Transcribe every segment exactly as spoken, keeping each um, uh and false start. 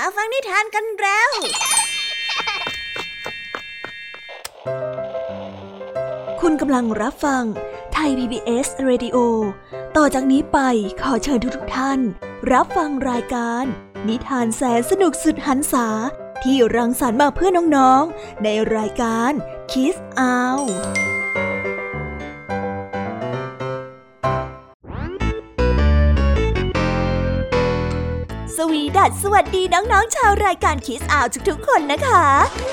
มาฟังนิทานกันแล้วคุณกำลังรับฟังไทย พี บี เอส Radio ต่อจากนี้ไปขอเชิญทุกท่านรับฟังรายการนิทานแสนสนุกสุดหรรษาที่รังสรรค์มาเพื่อน้องๆในรายการ Kids Outสวีดัสสวัสดีน้องๆชาวรายการ Kids Out ทุกๆคนนะคะ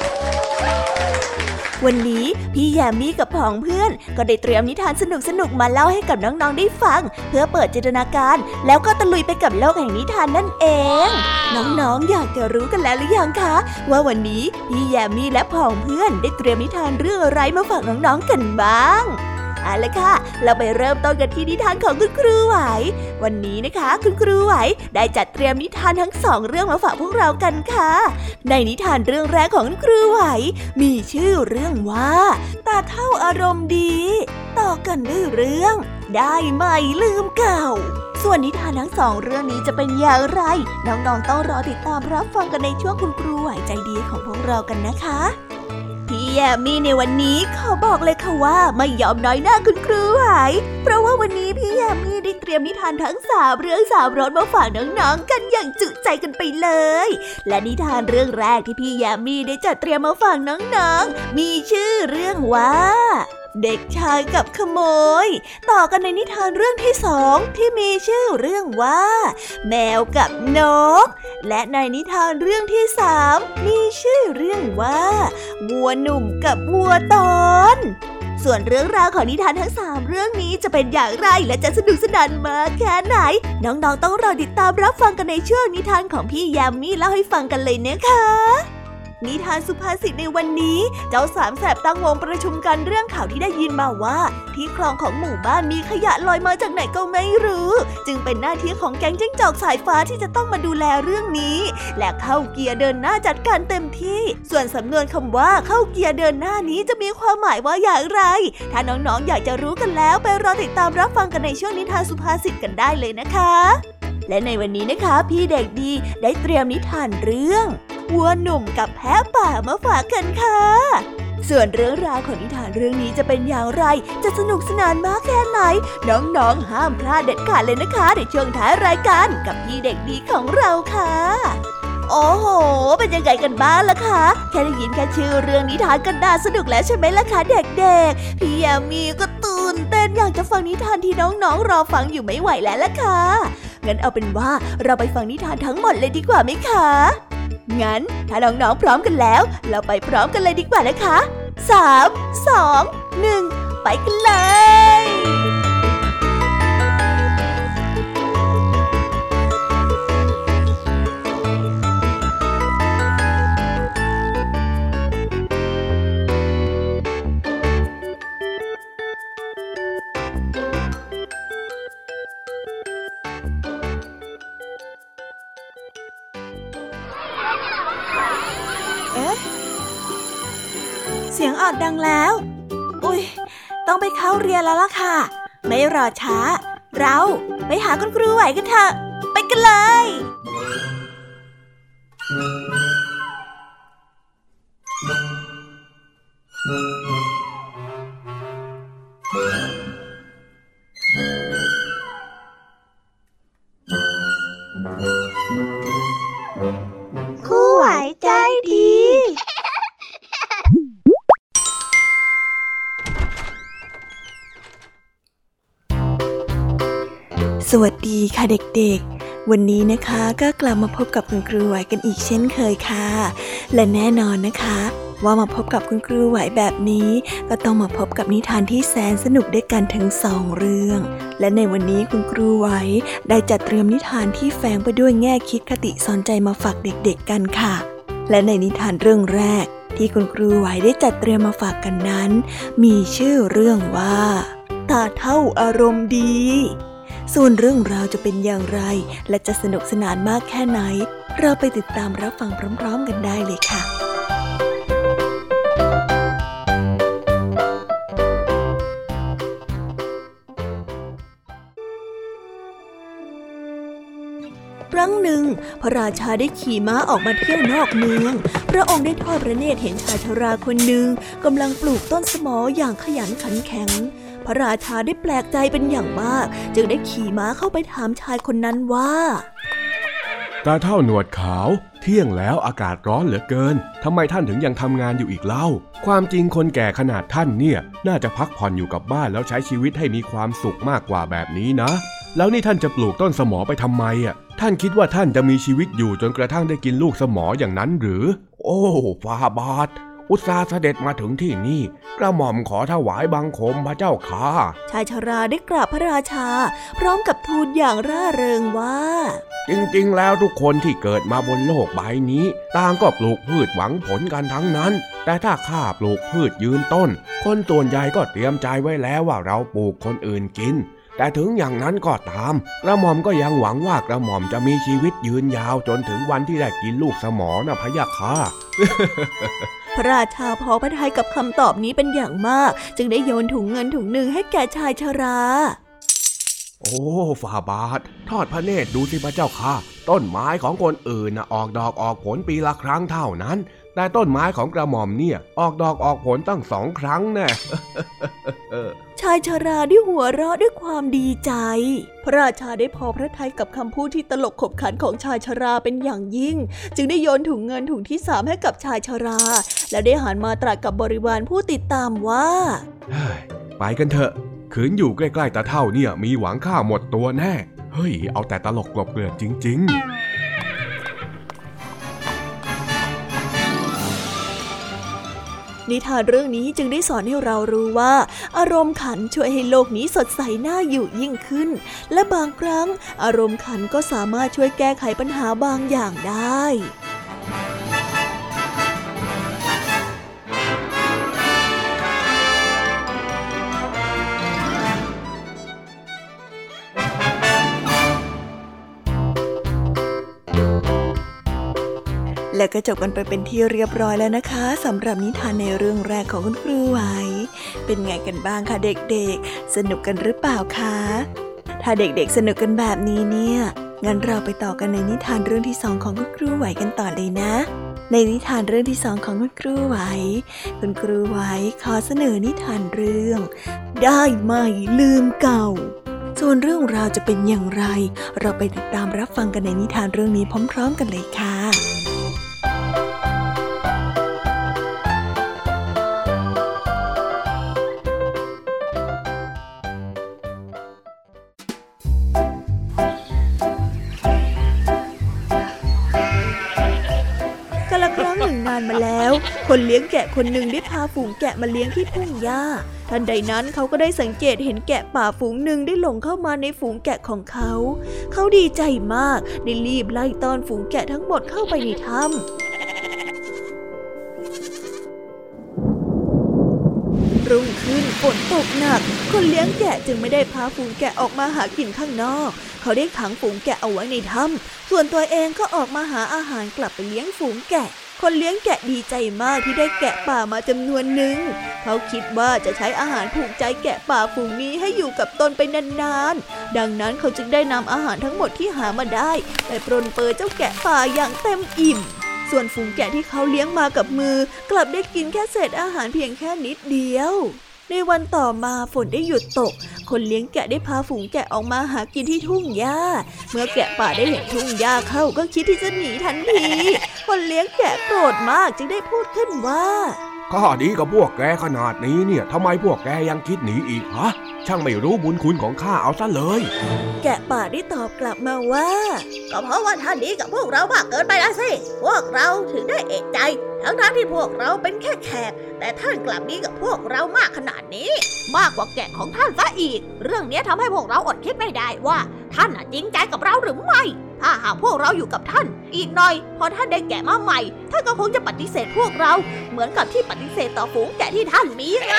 วันนี้พี่แยมมี่กับผองเพื่อนก็ได้เตรียมนิทานสนุกๆมาเล่าให้กับน้องๆได้ฟังเพื่อเปิดจินตนาการแล้วก็ตะลุยไปกับโลกแห่งนิทานนั่นเองน้องๆอยากจะรู้กันแล้วหรือยังคะว่าวันนี้พี่แยมมี่และผองเพื่อนได้เตรียมนิทานเรื่องอะไรมาฝากน้องๆกันบ้างเอาล่ะค่ะเราไปเริ่มต้นกันที่นิทานของคุณครูไหววันนี้นะคะคุณครูไหวได้จัดเตรียมนิทานทั้งสองเรื่องมาฝากพวกเรากันค่ะในนิทานเรื่องแรกของคุณครูไหวมีชื่อเรื่องว่าตาเฒ่าอารมณ์ดีต่อกันด้วยเรื่องได้ใหม่ลืมเก่าส่วนนิทานทั้งสองเรื่องนี้จะเป็นอย่างไรน้องๆต้องรอติดตามรับฟังกันในช่วงคุณครูไหวใจดีของพวกเรากันนะคะพี่แยมมี่ในวันนี้ขอบอกเลยค่ะว่าไม่ยอมน้อยหน้าคุณครูไหวเพราะว่าวันนี้พี่แยมมี่ได้เตรียมนิทานทั้งสามเรื่องสามรสมาฝากน้องๆกันอย่างจุใจกันไปเลยและนิทานเรื่องแรกที่พี่แยมมี่ได้จัดเตรียมมาฝากน้องๆมีชื่อเรื่องว่าเด็กชายกับขโมยต่อกันในนิทานเรื่องที่สองที่มีชื่อเรื่องว่าแมวกับนกและในนิทานเรื่องที่สามมีชื่อเรื่องว่าวัวหนุ่มกับวัวตอนส่วนเรื่องราวของนิทานทั้งสามเรื่องนี้จะเป็นอย่างไรและจะสนุกสนานมากแค่ไหนน้องๆต้องรอติดตามรับฟังกันในช่วงนิทานของพี่แยมมี่เล่าให้ฟังกันเลยนะคะนิทานสุภาษิตในวันนี้เจ้าสามแสบตั้งวงประชุมกันเรื่องข่าวที่ได้ยินมาว่าที่คลองของหมู่บ้านมีขยะลอยมาจากไหนก็ไม่รู้จึงเป็นหน้าที่ของแก๊งจิ้งจอกสายฟ้าที่จะต้องมาดูแลเรื่องนี้และเข้าเกียร์เดินหน้าจัดการเต็มที่ส่วนสำนวนคำว่าเข้าเกียร์เดินหน้านี้จะมีความหมายว่าอย่างไรถ้าน้องๆอยากจะรู้กันแล้วไปรอติดตามรับฟังกันในช่วงนิทานสุภาษิตกันได้เลยนะคะและในวันนี้นะคะพี่เด็กดีได้เตรียมนิทานเรื่องวัวหนุ่มกับแพะป่ามาฝากกันค่ะส่วนเรื่องราวของนิทานเรื่องนี้จะเป็นอย่างไรจะสนุกสนานมากแค่ไหนน้องๆห้ามพลาดเด็ดขาดเลยนะคะในช่วงท้ายรายการกับพี่เด็กดีของเราค่ะโอ้โหเป็นยังไงกันบ้างล่ะคะแค่ได้ยินแค่ชื่อเรื่องนิทานก็น่าสนุกแล้วใช่ไหมล่ะคะเด็กๆพี่แยมมี่ก็ตื่นเต้นอยากจะฟังนิทานที่น้องๆรอฟังอยู่ไม่ไหวแล้วล่ะค่ะงั้นเอาเป็นว่าเราไปฟังนิทานทั้งหมดเลยดีกว่าไหมคะงั้นถ้าน้องๆพร้อมกันแล้วเราไปพร้อมกันเลยดีกว่านะคะสาม สอง หนึ่งไปกันเลยเสียงออดดังแล้วอุ๊ยต้องไปเข้าเรียนแล้วล่ะค่ะไม่รอช้าเราไปหาคุณครูไหวกันเถอะไปกันเลยครูไหวใจดีสวัสดีค่ะเด็กๆวันนี้นะคะก็กลับมาพบกับคุณครูไหวกันอีกเช่นเคยค่ะและแน่นอนนะคะว่ามาพบกับคุณครูไหวแบบนี้ก็ต้องมาพบกับนิทานที่แสนสนุกด้วยกันทั้งสองเรื่องและในวันนี้คุณครูไหวได้จัดเตรียมนิทานที่แฝงไปด้วยแง่คิดคติสอนใจมาฝากเด็กๆกันค่ะและในนิทานเรื่องแรกที่คุณครูไหวได้จัดเตรียมมาฝากกันนั้นมีชื่อเรื่องว่าตาเฒ่าอารมณ์ดีส่วนเรื่องราวจะเป็นอย่างไรและจะสนุกสนานมากแค่ไหนเราไปติดตามรับฟังพร้อมๆกันได้เลยค่ะปรั้งหนึ่งพระราชาได้ขี่ม้าออกมาเที่ยวนอกเมืองพระองค์ได้ทอดพระเนตรเห็นชายชราคนหนึ่งกำลังปลูกต้นสมออย่างขยันขันแข็งพระราชาได้แปลกใจเป็นอย่างมากจึงได้ขี่ม้าเข้าไปถามชายคนนั้นว่าตาเฒ่าหนวดขาวเที่ยงแล้วอากาศร้อนเหลือเกินทำไมท่านถึงยังทำงานอยู่อีกเล่าความจริงคนแก่ขนาดท่านเนี่ยน่าจะพักผ่อนอยู่กับบ้านแล้วใช้ชีวิตให้มีความสุขมากกว่าแบบนี้นะแล้วนี่ท่านจะปลูกต้นสมอไปทำไมอ่ะท่านคิดว่าท่านจะมีชีวิตอยู่จนกระทั่งได้กินลูกสมออย่างนั้นหรือโอ้ฟาบาทอุตส่าห์เสด็จมาถึงที่นี่กระหม่อมขอถวายบังคมพระเจ้าค่ะชายชราได้กราบพระราชาพร้อมกับทูลอย่างร่าเริงว่าจริงๆแล้วทุกคนที่เกิดมาบนโลกใบนี้ต่างก็ปลูกพืชหวังผลกันทั้งนั้นแต่ถ้าข้าปลูกพืชยืนต้นคนส่วนใหญ่ก็เตรียมใจไว้แล้วว่าเราปลูกคนอื่นกินแต่ถึงอย่างนั้นก็ตามกระหม่อมก็ยังหวังว่ากระหม่อมจะมีชีวิตยืนยาวจนถึงวันที่ได้กินลูกสมอนะพะยะค่ะพระราชาพอพระทัยกับคำตอบนี้เป็นอย่างมากจึงได้โยนถุงเงินถุงหนึ่งให้แก่ชายชราโอ้ฝ่าบาททอดพระเนตรดูสิพระเจ้าค่ะต้นไม้ของคนอื่นนะออกดอกออกผลปีละครั้งเท่านั้นแต่ต้นไม้ของกระหม่อมเนี่ยออกดอกออกผลตั้งสองครั้งแน่ชายชราได้หัวเราะด้วยความดีใจพระราชาได้พอพระทัยกับคำพูดที่ตลกขบขันของชายชราเป็นอย่างยิ่งจึงได้โยนถุงเงินถุงที่สามให้กับชายชราและได้หันมาตรัสกับบริวารผู้ติดตามว่าไปกันเถอะขืนอยู่ใกล้ๆตาเฒ่าเนี่ยมีหวังฆ่าหมดตัวแน่เฮ้ยเอาแต่ตลกกลบเกลื่อนจริงๆนิทานเรื่องนี้จึงได้สอนให้เรารู้ว่าอารมณ์ขันช่วยให้โลกนี้สดใสน่าอยู่ยิ่งขึ้นและบางครั้งอารมณ์ขันก็สามารถช่วยแก้ไขปัญหาบางอย่างได้และก็จบกันไปเป็นที่เรียบร้อยแล้วนะคะสำหรับนิทานในเรื่องแรกของคุณครูไหวเป็นไงกันบ้างคะเด็กๆสนุกกันหรือเปล่าคะถ้าเด็กๆสนุกกันแบบนี้เนี่ยงั้นเราไปต่อกันในนิทานเรื่องที่สองของคุณครูไหวกันต่อเลยนะในนิทานเรื่องที่สองของคุณครูไหวคุณครูไหวขอเสนอนิทานเรื่องได้ไม่ลืมเก่าส่วนเรื่องราวจะเป็นอย่างไรเราไปติดตามรับฟังกันในนิทานเรื่องนี้พร้อมๆกันเลยค่ะมาแล้วคนเลี้ยงแกะคนหนึ่งได้พาฝูงแกะมาเลี้ยงที่ทุ่งหญ้าทันใดนั้นเขาก็ได้สังเกตเห็นแกะป่าฝูงหนึ่งได้หลงเข้ามาในฝูงแกะของเขาเขาดีใจมากได้รีบไล่ต้อนฝูงแกะทั้งหมดเข้าไปในถ้ำรุ่งขึ้นฝนตกหนักคนเลี้ยงแกะจึงไม่ได้พาฝูงแกะออกมาหากินข้างนอกเขาได้ขังฝูงแกะเอาไว้ในถ้ำส่วนตัวเองก็ออกมาหาอาหารกลับไปเลี้ยงฝูงแกะคนเลี้ยงแกะดีใจมากที่ได้แกะป่ามาจำนวนหนึ่งเขาคิดว่าจะใช้อาหารผูกใจแกะป่าฝูงนี้ให้อยู่กับตนไปนานๆดังนั้นเขาจึงได้นำอาหารทั้งหมดที่หามาได้ไปปรนเปื้อเจ้าแกะป่าอย่างเต็มอิ่มส่วนฝูงแกะที่เขาเลี้ยงมากับมือกลับได้กินแค่เศษอาหารเพียงแค่นิดเดียวในวันต่อมาฝนได้หยุดตกคนเลี้ยงแกะได้พาฝูงแกะออกมาหากินที่ทุ่งหญ้าเมื่อแกะป่าได้เห็นทุ่งหญ้าเข้าก็คิดที่จะหนีทันทีคนเลี้ยงแกะโกรธมากจึงได้พูดขึ้นว่าข้าดีกับพวกแกขนาดนี้เนี่ยทำไมพวกแกยังคิดหนีอีกฮะช่างไม่รู้บุญคุณของข้าเอาซะเลยแกะป่าได้ตอบกลับมาว่าก็เพราะว่าท่านดีกับพวกเรามากเกินไปแล้วสิพวกเราถึงได้เอะใจทั้งๆที่พวกเราเป็นแค่แขกแต่ท่านกลับดีกับพวกเรามากขนาดนี้มากกว่าแกะของท่านซะอีกเรื่องนี้ทำให้พวกเราอดคิดไม่ได้ว่าท่านจริงใจกับเราหรือไม่ถ้าหากพวกเราอยู่กับท่านอีกหน่อยพอท่านได้แกะมาใหม่ท่านก็คงจะปฏิเสธพวกเราเหมือนกับที่ปฏิเสธต่อฝูงแกะที่ท่านมีไง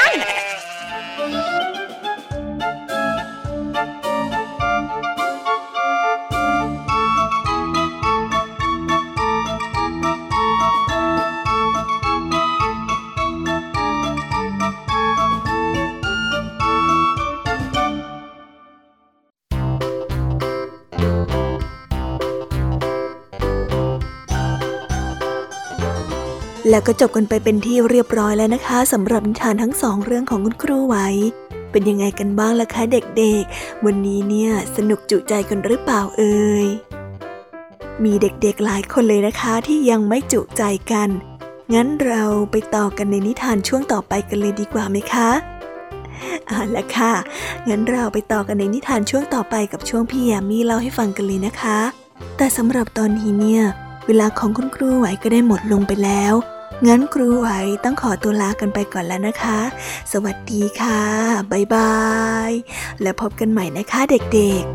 แล้วก็จบกันไปเป็นที่เรียบร้อยแล้วนะคะสำหรับนิทานทั้งสองเรื่องของคุณครูไหวเป็นยังไงกันบ้างล่ะคะเด็กๆวันนี้เนี่ยสนุกจุใจกันหรือเปล่าเอ่ยมีเด็กๆหลายคนเลยนะคะที่ยังไม่จุใจกันงั้นเราไปต่อกันในนิทานช่วงต่อไปกันเลยดีกว่าไหมคะเอาล่ะค่ะงั้นเราไปต่อกันในนิทานช่วงต่อไปกับช่วงพี่ยามีเล่าให้ฟังกันเลยนะคะแต่สำหรับตอนนี้เนี่ยเวลาของคุณครูไหวก็ได้หมดลงไปแล้วงั้นครูไหวต้องขอตัวลากันไปก่อนแล้วนะคะสวัสดีค่ะบ๊ายบายแล้วพบกันใหม่นะคะเด็กๆ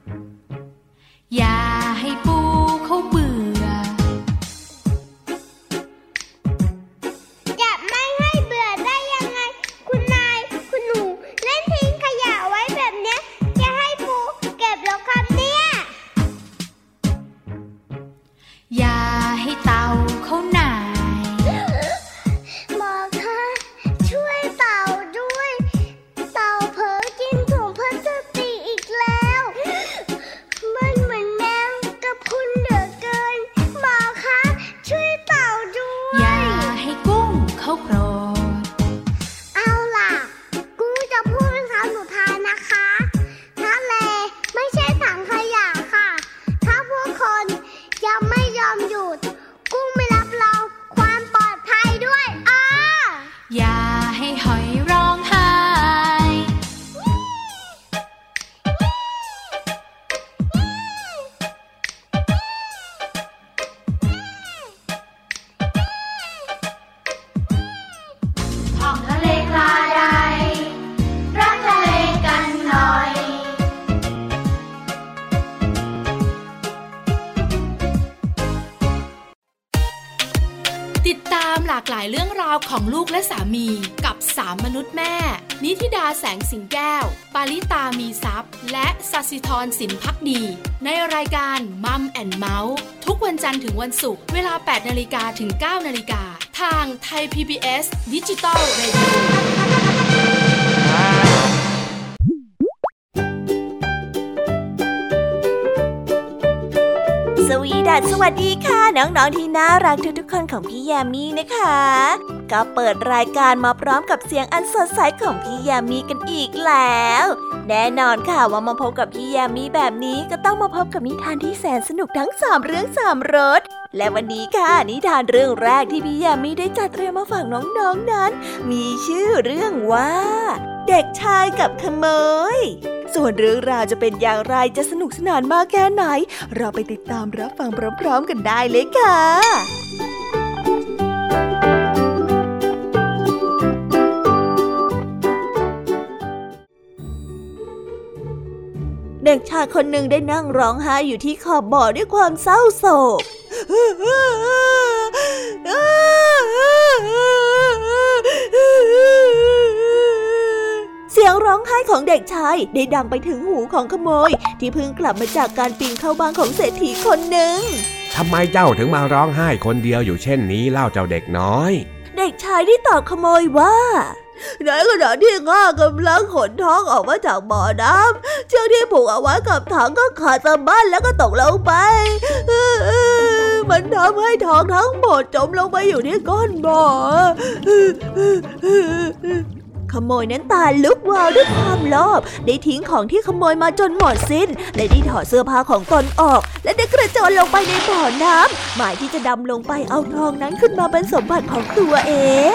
อย่าให้ปูเขาเบื่ออย่าให้เต่าเขาหน่ายหมอคะช่วยเต่าด้วยเต่าเผลอกินถุงพลาสติกอีกแล้วมันเหมือนแมงกะพรุนเหลือเกินหมอคะช่วยเต่าด้วยอย่าให้กุ้งเขาโกรธเอาล่ะกูจะพูดเป็นคำสุดท้ายนะคะทะเลไม่ใช่ถังขยะค่ะถ้าพวกคนยังไม่ยอมหยุดกุ้งไม่รับรองความปลอดภัยด้วยอ้าอย่าให้หอยร้องไห้ท่องทะเลคลาใดรักทะเลกันหน่อยติดตามหลากหลายเรื่องราวของลูกและสามีกับสามมนุษย์แม่นิธิดาแสงสิงแก้วปาริตามีทรัพย์และศศิธรสินภักดีในรายการมัมแอนด์เมาส์ทุกวันจันทร์ถึงวันศุกร์เวลา แปดนาฬิกา ถึง เก้านาฬิกา ทางไทย พี บี เอส Digital Radio สวีดัสสวัสดีค่ะน้องๆที่น่ารักทุกๆคนของพี่ยามีนะคะก็เปิดรายการมาพร้อมกับเสียงอันสดใสของพี่ยามีกันอีกแล้วแน่นอนค่ะว่ามาพบกับพี่ยามีแบบนี้ก็ต้องมาพบกับนิทานที่แสนสนุกทั้งสามเรื่องสามรสและวันนี้ค่ะนิทานเรื่องแรกที่พี่ยามีได้จัดเตรียมมาฝากน้องๆนั้นมีชื่อเรื่องว่าเด็กชายกับขโมยส่วนเรื่องราวจะเป็นอย่างไรจะสนุกสนานมากแค่ไหนเราไปติดตามรับฟังพร้อมๆกันได้เลยค่ะเด็กชายคนหนึ่งได้นั่งร้องไห้อยู่ที่ขอบบ่อด้วยความเศร้าโศกเสียงร้องไห้ของเด็กชายได้ดังไปถึงหูของขโมยที่เพิ่งกลับมาจากการปีนเข้าบ้านของเศรษฐีคนหนึ่งทำไมเจ้าถึงมาร้องไห้คนเดียวอยู่เช่นนี้เล่าเจ้าเด็กน้อยเด็กชายได้ตอบขโมยว่าในขณะที่ข้ากำลังขนท้องออกมาจากบ่อน้ำเชือกที่ผูกเอาไว้กับถังก็ขาดสะบั้นแล้วก็ตกลงไปมันทำให้ท้องทั้งหมดจมลงไปอยู่ที่ก้นบ่อขโมยนั้นตาลุกวาวด้วยความโลภได้ทิ้งของที่ขโมยมาจนหมดสิ้นและได้ถอดเสื้อผ้าของตนออกและได้กระโจนลงไปในบ่อน้ำหมายที่จะดำลงไปเอาทองนั้นขึ้นมาเป็นสมบัติของตัวเอง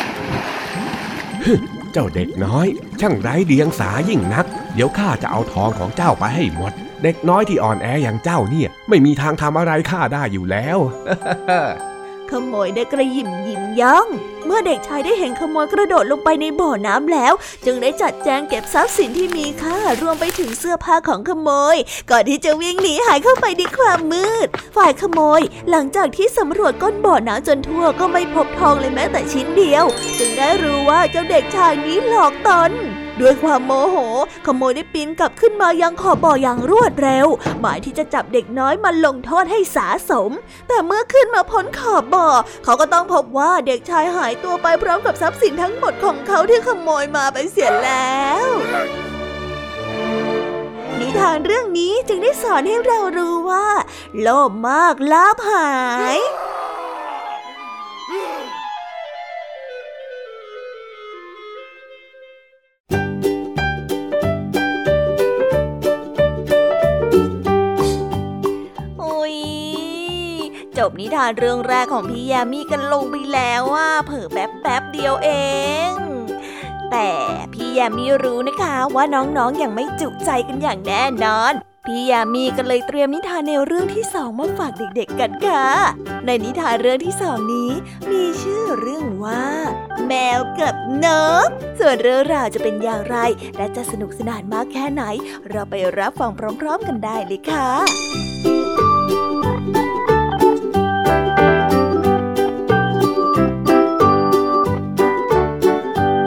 เจ้าเด็กน้อยช่างไร้เดียงสายิ่งนักเดี๋ยวข้าจะเอาทองของเจ้าไปให้หมดเด็กน้อยที่อ่อนแออย่างเจ้าเนี่ยไม่มีทางทำอะไรข้าได้อยู่แล้วขโมยได้กระยิมยิ้มย่องเมื่อเด็กชายได้เห็นขโมยกระโดดลงไปในบ่อน้ำแล้วจึงได้จัดแจงเก็บทรัพย์สินที่มีค่ารวมไปถึงเสื้อผ้าของขโมยก่อนที่จะวิ่งหนีหายเข้าไปในความมืดฝ่ายขโมยหลังจากที่สำรวจก้นบ่อน้ำจนทั่วก็ไม่พบทองเลยแม้แต่ชิ้นเดียวจึงได้รู้ว่าเจ้าเด็กชายนี้หลอกตนด้วยความโมโหขโมยได้ปีนกลับขึ้นมายังขอบบ่ออย่างรวดเร็วหมายที่จะจับเด็กน้อยมาลงโทษให้สาสมแต่เมื่อขึ้นมาพ้นขอบบ่อเขาก็ต้องพบว่าเด็กชายหายตัวไปพร้อมกับทรัพย์สินทั้งหมดของเขาที่ขโมยมาไปเสียแล้วนิทานเรื่องนี้จึงได้สอนให้เรารู้ว่าโลภมากลาภหายจบนิทานเรื่องแรกของพี่ยามีกันลงไปแล้วว่าเผลอแป๊บแป๊บเดียวเองแต่พี่ยามีรู้นะคะว่าน้องๆ อ, ยังไม่จุใจกันอย่างแน่นอนพี่ยามีก็เลยเตรียมนิทานในเรื่องที่สองมาฝากเด็กๆกันค่ะในนิทานเรื่องที่สองนี้มีชื่อเรื่องว่าแมวกับนกส่วนเรื่องราวจะเป็นอย่างไรและจะสนุกสนานมากแค่ไหนเราไปรับฟังพร้อมๆกันได้เลยค่ะ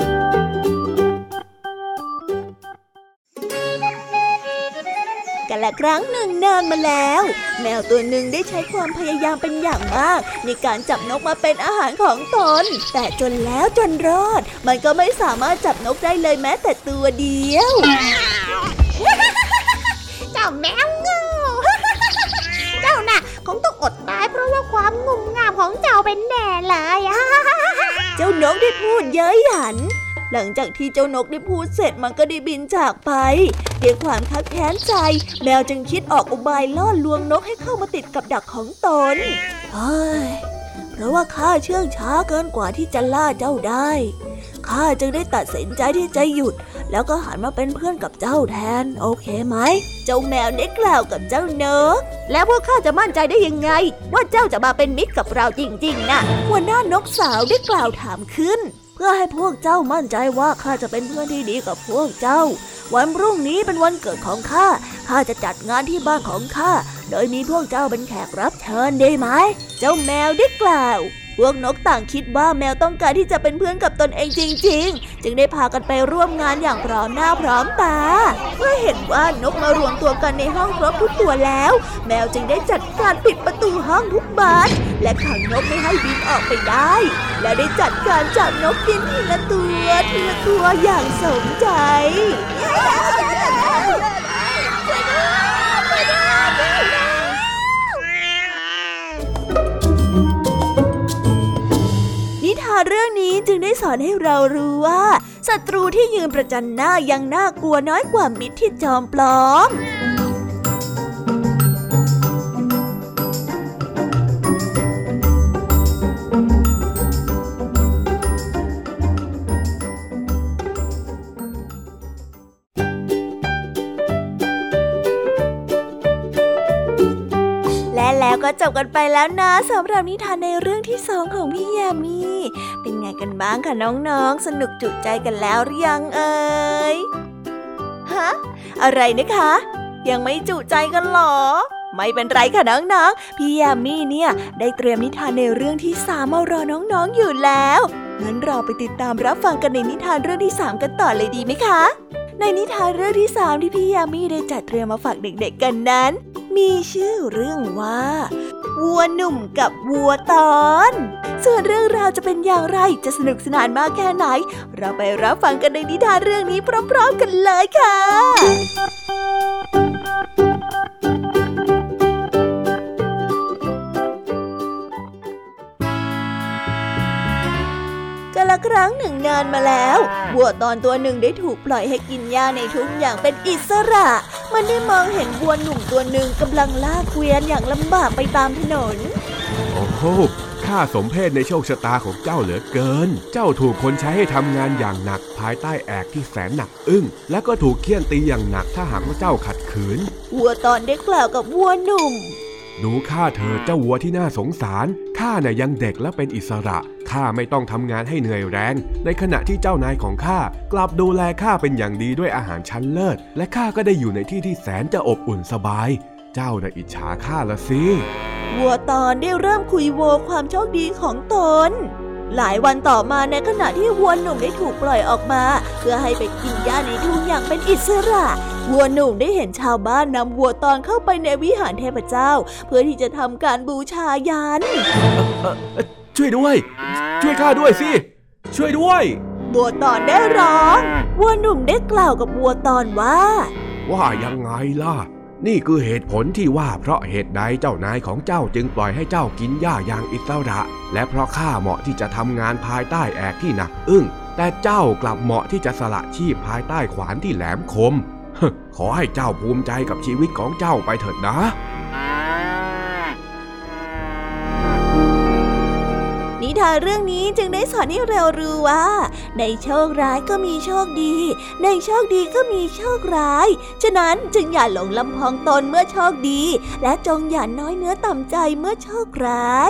กาละครั้งหนึ่งนานมาแล้วแมวตัวหนึ่งได้ใช้ความพยายามเป็นอย่างมากในการจับนกมาเป็นอาหารของตนแต่จนแล้วจนรอดมันก็ไม่สามารถจับนกได้เลยแม้แต่ตัวเดียวเจ้าแมวโง่ เจ้าน่ะคงต้องอดตายเพราะว่าความงุ่มง่ามของเจ้าเป็นแน่เลยเจ้านกได้พูดเย้ยหยันหลังจากที่เจ้านกได้พูดเสร็จมันก็ได้บินจากไปด้วยความคับแค้นใจแมวจึงคิดออกอุบายล่อลวงนกให้เข้ามาติดกับดักของตนเฮ้ยเพราะว่าข้าเชื่องช้าเกินกว่าที่จะล่าเจ้าได้ข้าจึงได้ตัดสินใจที่จะหยุดแล้วก็หันมาเป็นเพื่อนกับเจ้าแทนโอเคไหมเจ้าแมวได้กล่าวกับเจ้านกแล้วพวกข้าจะมั่นใจได้ยังไงว่าเจ้าจะมาเป็นมิตรกับเราจริงๆนะหัวหน้านกสาวได้กล่าวถามขึ้นเพื่อให้พวกเจ้ามั่นใจว่าข้าจะเป็นเพื่อนที่ดีกับพวกเจ้าวันพรุ่งนี้เป็นวันเกิดของข้าข้าจะจัดงานที่บ้านของข้าโดยมีพวกเจ้าเป็นแขกรับเชิญได้ไหมเจ้าแมวได้กล่าวพวกนกต่างคิดว่าแมวต้องการที่จะเป็นเพื่อนกับตนเองจริงๆจึงได้พากันไปร่วมงานอย่างพร้อมหน้าพร้อมตาเมื่อเห็นว่านกมารวมตัวกันในห้องครบทุกตัวแล้วแมวจึงได้จัดการปิดประตูห้องทุกบานและขังนกไม่ให้บินออกไปได้และได้จัดการจับนกกินทีละตัวทีละตัวอย่างสมใจนิทานเรื่องนี้จึงได้สอนให้เรารู้ว่าศัตรูที่ยืนประจันหน้ายังน่ากลัวน้อยกว่ามิตรที่จอมปลอมแล้วก็จบกันไปแล้วนะสำหรับนิทานในเรื่องที่สองของพี่ยามีเป็นไงกันบ้างคะน้องๆสนุกจุใจกันแล้วหรือยังเอ่ยฮะอะไรนะคะยังไม่จุใจกันหรอไม่เป็นไรค่ะน้องๆพี่ยามีเนี่ยได้เตรียมนิทานในเรื่องที่สามมารอน้องๆอยู่แล้วงั้นเราไปติดตามรับฟังกันในนิทานเรื่องที่สามกันต่อเลยดีไหมคะในนิทานเรื่องที่สามที่พี่ยามีได้จัดเตรียมมาฝากเด็กๆกันนั้นมีชื่อเรื่องว่าวัวหนุ่มกับวัวตอนส่วนเรื่องราวจะเป็นอย่างไรจะสนุกสนานมากแค่ไหนเราไปรับฟังกันในนิทานเรื่องนี้พร้อมๆกันเลยค่ะกาลครั้งหนึ่งนานมาแล้ววัวตอนตัวหนึ่งได้ถูกปล่อยให้กินหญ้าในทุ่งอย่างเป็นอิสระมันได้มองเห็นวัวหนุ่มตัวหนึ่งกำลังลากเกวียนอย่างลำบากไปตามถนนโอ้โหข้าสมเพชในโชคชะตาของเจ้าเหลือเกินเจ้าถูกคนใช้ให้ทำงานอย่างหนักภายใต้แอกที่แสนหนักอึ้งและก็ถูกเฆี่ยนตีอย่างหนักถ้าหากว่าเจ้าขัดขืนวัวตอนได้กล่าวกับวัวหนุ่มดูข้าเธอเจ้าวัวที่น่าสงสารข้าน่ะยังเด็กและเป็นอิสระข้าไม่ต้องทำงานให้เหนื่อยแรงในขณะที่เจ้านายของข้ากลับดูแลข้าเป็นอย่างดีด้วยอาหารชั้นเลิศและข้าก็ได้อยู่ในที่ที่แสนจะอบอุ่นสบายเจ้าน่ะอิจฉาข้าละสิวัวตอนได้เริ่มคุยโวความโชคดีของตนหลายวันต่อมาในขณะที่วัวหนุ่มได้ถูกปล่อยออกมาเพื่อให้ไปกินหญ้าในทุ่งอย่างเป็นอิสระวัวหนุ่มได้เห็นชาวบ้านนำวัวตอนเข้าไปในวิหารเทพเจ้าเพื่อที่จะทำการบูชายันช่วยด้วยช่วยข้าด้วยสิช่วยด้วยวัวตอนได้ร้องวัวหนุ่มได้กล่าวกับวัวตอนว่าว่ายังไงล่ะนี่คือเหตุผลที่ว่าเพราะเหตุใดเจ้านายของเจ้าจึงปล่อยให้เจ้ากินหญ้าอย่างอิสระและเพราะข้าเหมาะที่จะทำงานภายใต้แอกที่หนักอึ้งแต่เจ้ากลับเหมาะที่จะสละชีพภายใต้ขวานที่แหลมคมขอให้เจ้าภูมิใจกับชีวิตของเจ้าไปเถิดนะนิทานเรื่องนี้จึงได้สอนให้เรารู้ว่าในโชคร้ายก็มีโชคดีในโชคดีก็มีโชคร้ายฉะนั้นจึงอย่าหลงลำพองตนเมื่อโชคดีและจงอย่าน้อยเนื้อต่ำใจเมื่อโชคร้าย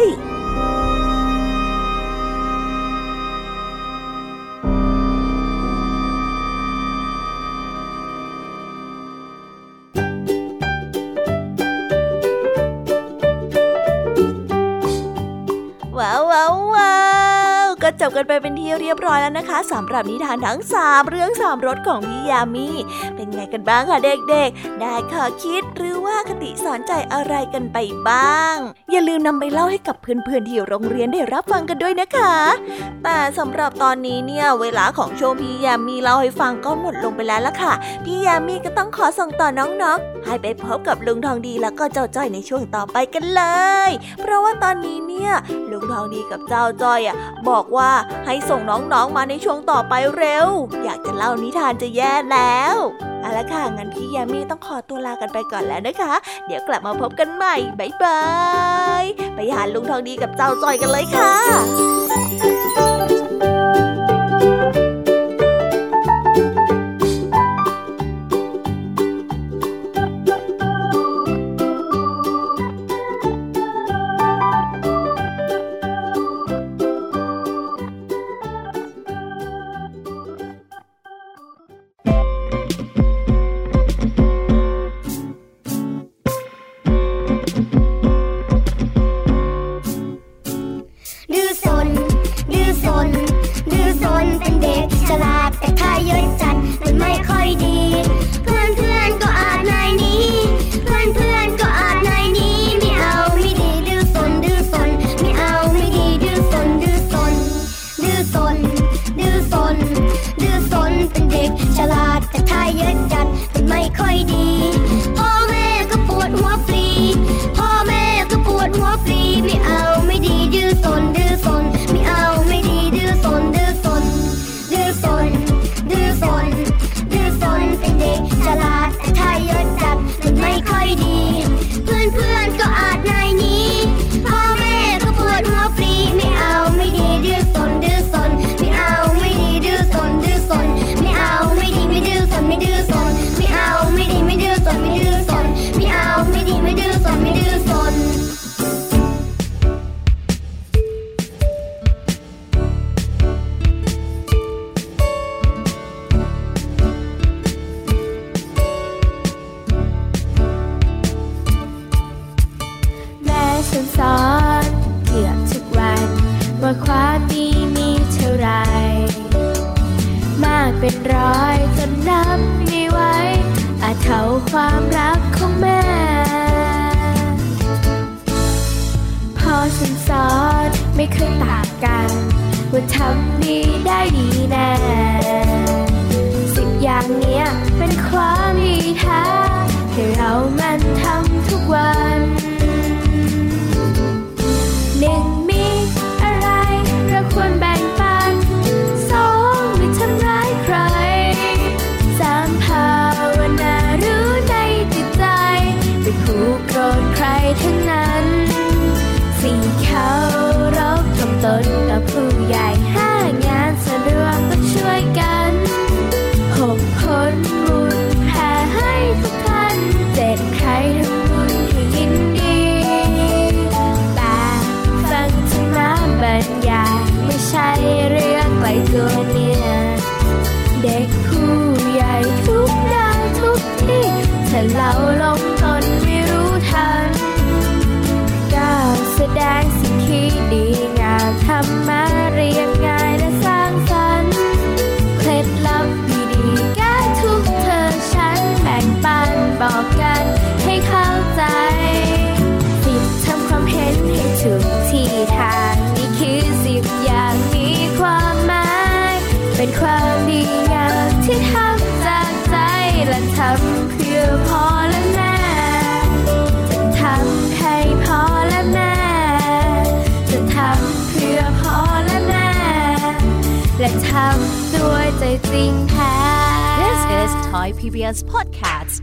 ว้าวว้าวว้าวก็จบกันไปเป็นที่เรียบร้อยแล้วนะคะสำหรับนิทานทั้งสามเรื่องสามรสของพี่ยามีเป็นไงกันบ้างคะเด็กๆได้ข้อคิดหรือว่าคติสอนใจอะไรกันไปบ้างอย่าลืมนำไปเล่าให้กับเพื่อนๆที่โรงเรียนได้รับฟังกันด้วยนะคะแต่สำหรับตอนนี้เนี่ยเวลาของโชว์พี่ยามีเล่าให้ฟังก็หมดลงไปแล้วล่ะค่ะพี่ยามีก็ต้องขอส่งต่อน้องๆให้ไปพบกับลุงทองดีแล้วก็เจ้าจ้อยในช่วงต่อไปกันเลยเพราะว่าตอนนี้เนี่ยลุงทองดีกับเจ้าจ้อยอ่ะบอกว่าให้ส่งน้องๆมาในช่วงต่อไปเร็วอยากจะเล่านิทานจะแย่แล้วเอาละค่ะงั้นพี่ยามีต้องขอตัวลากันไปก่อนแล้วนะคะเดี๋ยวกลับมาพบกันใหม่บ๊ายบายไปหาลุงทองดีกับเจ้าจ้อยกันเลยค่ะ This is Thai พี บี เอส Podcast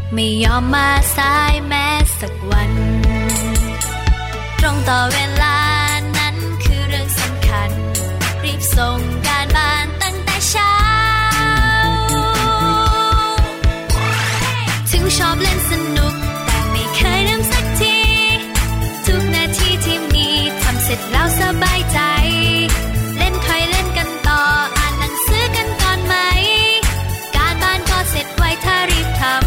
ไม่ยอมมาสายแม้สักวันตรงต่อเวลานั้นคือเรื่องสำคัญรีบส่งการบ้านตั้งแต่เช้าถึงชอบเล่นสนุกแต่ไม่เคยลืมสักทีทุกนาทีที่มีทำเสร็จแล้วสบายใจเล่นค่อยเล่นกันต่ออ่านหนังสือกันก่อนไหมการบ้านก็เสร็จไวถ้ารีบทำ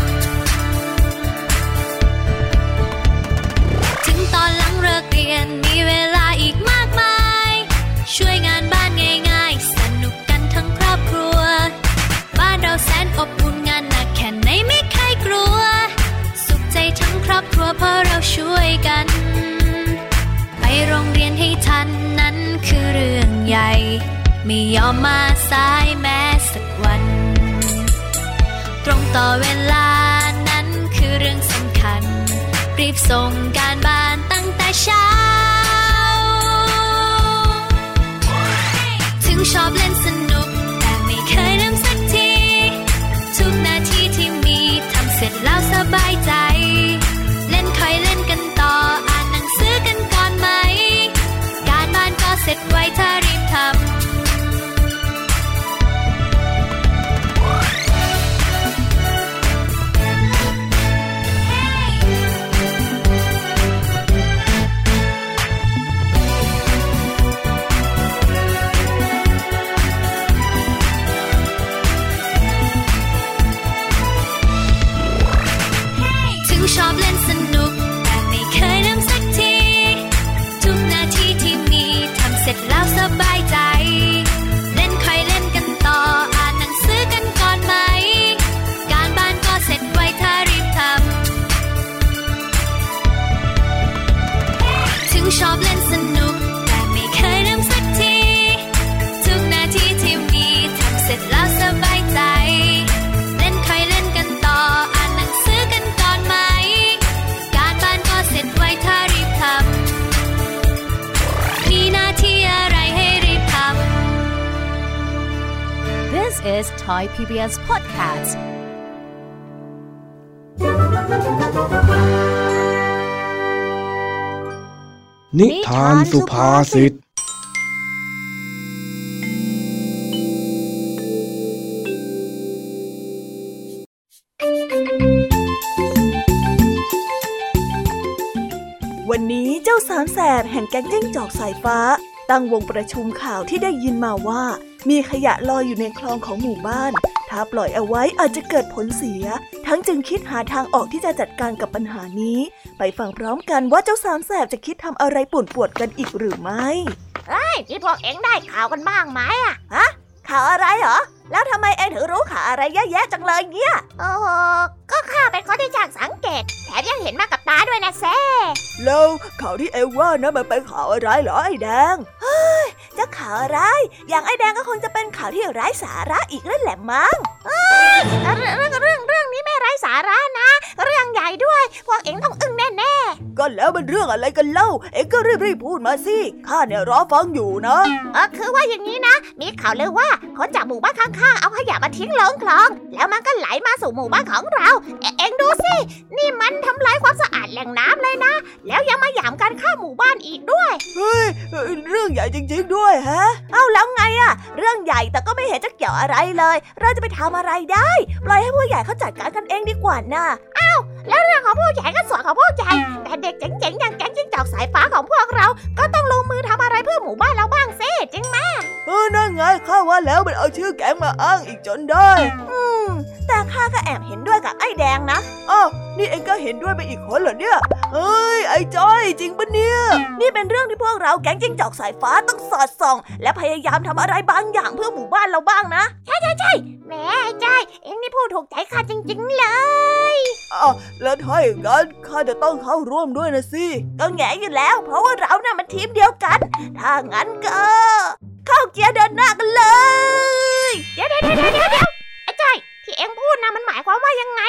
ถึงตอนหลังเลิกเรียนมีเวลาอีกมากมายช่วยงานบ้านง่ายๆสนุกกันทั้งครอบครัวบ้านเราแสนอบอุ่นงานหนักแค่ไหนไม่เคยกลัวสุขใจทั้งครอบครัวเพราะเราช่วยกันไปโรงเรียนให้ทันนั้นคือเรื่องใหญ่ไม่ยอมมาสายแม้สักวันตรงต่อเวลานั้นคือเรื่องสำคัญรีบส่งการบ้านตั้งแต่เช้าถึงชอบเล่นสนุกแต่ไม่เคยลืมสักทีทุกนาทีที่มีทำเสร็จแล้วสบายใจเล่นค่อยเล่นกันต่ออ่านหนังสือกันก่อนไหมการบ้านก็เสร็จไวถ้ารีบทำชอบเล่นสนุกแต่ไม่เคยลืมสักทีทุกนาทีที่มีทำเสร็จแล้วสบายใจเล่นค่อยเล่นกันต่ออ่านหนังสือกันก่อนไหมการบ้านก็เสร็จไวถ้ารีบทำถึงชอบเล่นสนุกแต่ไม่เคยลืมสักทีทุกนาทีที่มีทำเสร็จแล้วสบายใจเล่นค่อยเล่นกันต่ออ่านหนังสือกันก่อนไหมเสร็จไวถ้ารีบทำมีหน้าที่อะไรให้รีบทำ This is Thai พี บี เอส Podcast นิทานสุภาษิตวันนี้เจ้าสามแสบแห่งแก๊งจิ้งจอกสายฟ้าตั้งวงประชุมข่าวที่ได้ยินมาว่ามีขยะลอยอยู่ในคลองของหมู่บ้านถ้าปล่อยเอาไว้อาจจะเกิดผลเสียทั้งจึงคิดหาทางออกที่จะจัดการกับปัญหานี้ไปฟังพร้อมกันว่าเจ้าสามแสบจะคิดทำอะไรป่วนปวดกันอีกหรือไม่เฮ้ยนี่พวกเอ็งได้ข่าวกันบ้างไหมอะฮะข่าวอะไรเหรอแล้วทำไมเอ็งถึงรู้ข่าวอะไรเยอะแยะจังเลยเนี่ยโอ้โหก็ข้าเป็นคนที่ช่างสังเกตแถมยังเห็นมากับตาด้วยนะแซ่แล้วข่าวที่เอ็งว่านะมันเป็นข่าวอะไรเหรอไอ้แดงเฮ้ยจะข่าวอะไรอย่างไอ้แดงก็คงจะเป็นข่าวที่ไร้สาระอีกนั่นแหละมั้งเอ้ยเรื่องเรื่องเรื่องนี้ไม่ไร้สาระนะเรื่องใหญ่ด้วยพวกเอ็งต้องอึ้งแน่ๆก็แล้วมันเรื่องอะไรกันเล่าเอ็งก็รีบๆพูดมาสิข้าเนี่ยรอฟังอยู่นะเออคือว่าอย่างนี้นะมีข่าวเลยว่าคนจากหมู่บ้านข้างๆเอาขยะมาทิ้งลงคลองแล้วมันก็ไหลมาสู่หมู่บ้านของเราเอเอ็งดูสินี่มันทำลายความสะอาดแหล่งน้ำเลยนะแล้วยังมาหยามกันข้ามหมู่บ้านอีกด้วยเฮ้ยเรื่องใหญ่จริงๆด้วยฮะเอ้าแล้วไงอะเรื่องใหญ่แต่ก็ไม่เห็นจะเกี่ยวอะไรเลยเราจะไปทำอะไรได้ปล่อยให้ผู้ใหญ่เขาจัดการกันเองดีกว่าน่ะอ้าวแล้วเรื่องของผู้ใหญ่ก็ส่วนของผู้ใหญ่แต่เด็กเจ๋งๆอย่างแก๊งจิ้งจอกสายฟ้าของพวกเราก็ต้องลงมือทำอะไรเพื่อหมู่บ้านเราบ้างสิจริงไหมเออนั่นไงข้าว่าแล้วมันเอาชื่อแก๊งมาอ้างอีกจนได้อืมแต่ข้าก็แอบเห็นด้วยกับไอ้แดงนะอ้าวนี่เองก็เห็นด้วยไปอีกคนเหรอเนี่ยเฮ้ยไอ้จ้อยจริงปะเนี่ยนี่เป็นเรื่องที่พวกเราแก๊งจิ้งจอกสายฟ้าต้องสอดส่องและพยายามทำอะไรบางอย่างเพื่อหมู่บ้านเราบ้างนะใช่ใช่ใช่แหมไอ้จ้อยเองนี่พูดถูกใจข้าจริงๆเลยอ้าวแล้วถ้าอย่างนั้นข้าจะต้องเข้าร่วมด้วยนะสิก็แง่อยู่แล้วเพราะว่าเราน่ะมันทีมเดียวกันถ้างั้นก็เข้าเกียร์เดินหน้ากันเลยเดี๋ยวเดี๋ยวเดี๋ยวเดี๋ยวไอ้จ้อยที่เอ็งพูดนะมันหมายความว่ายังไงนะ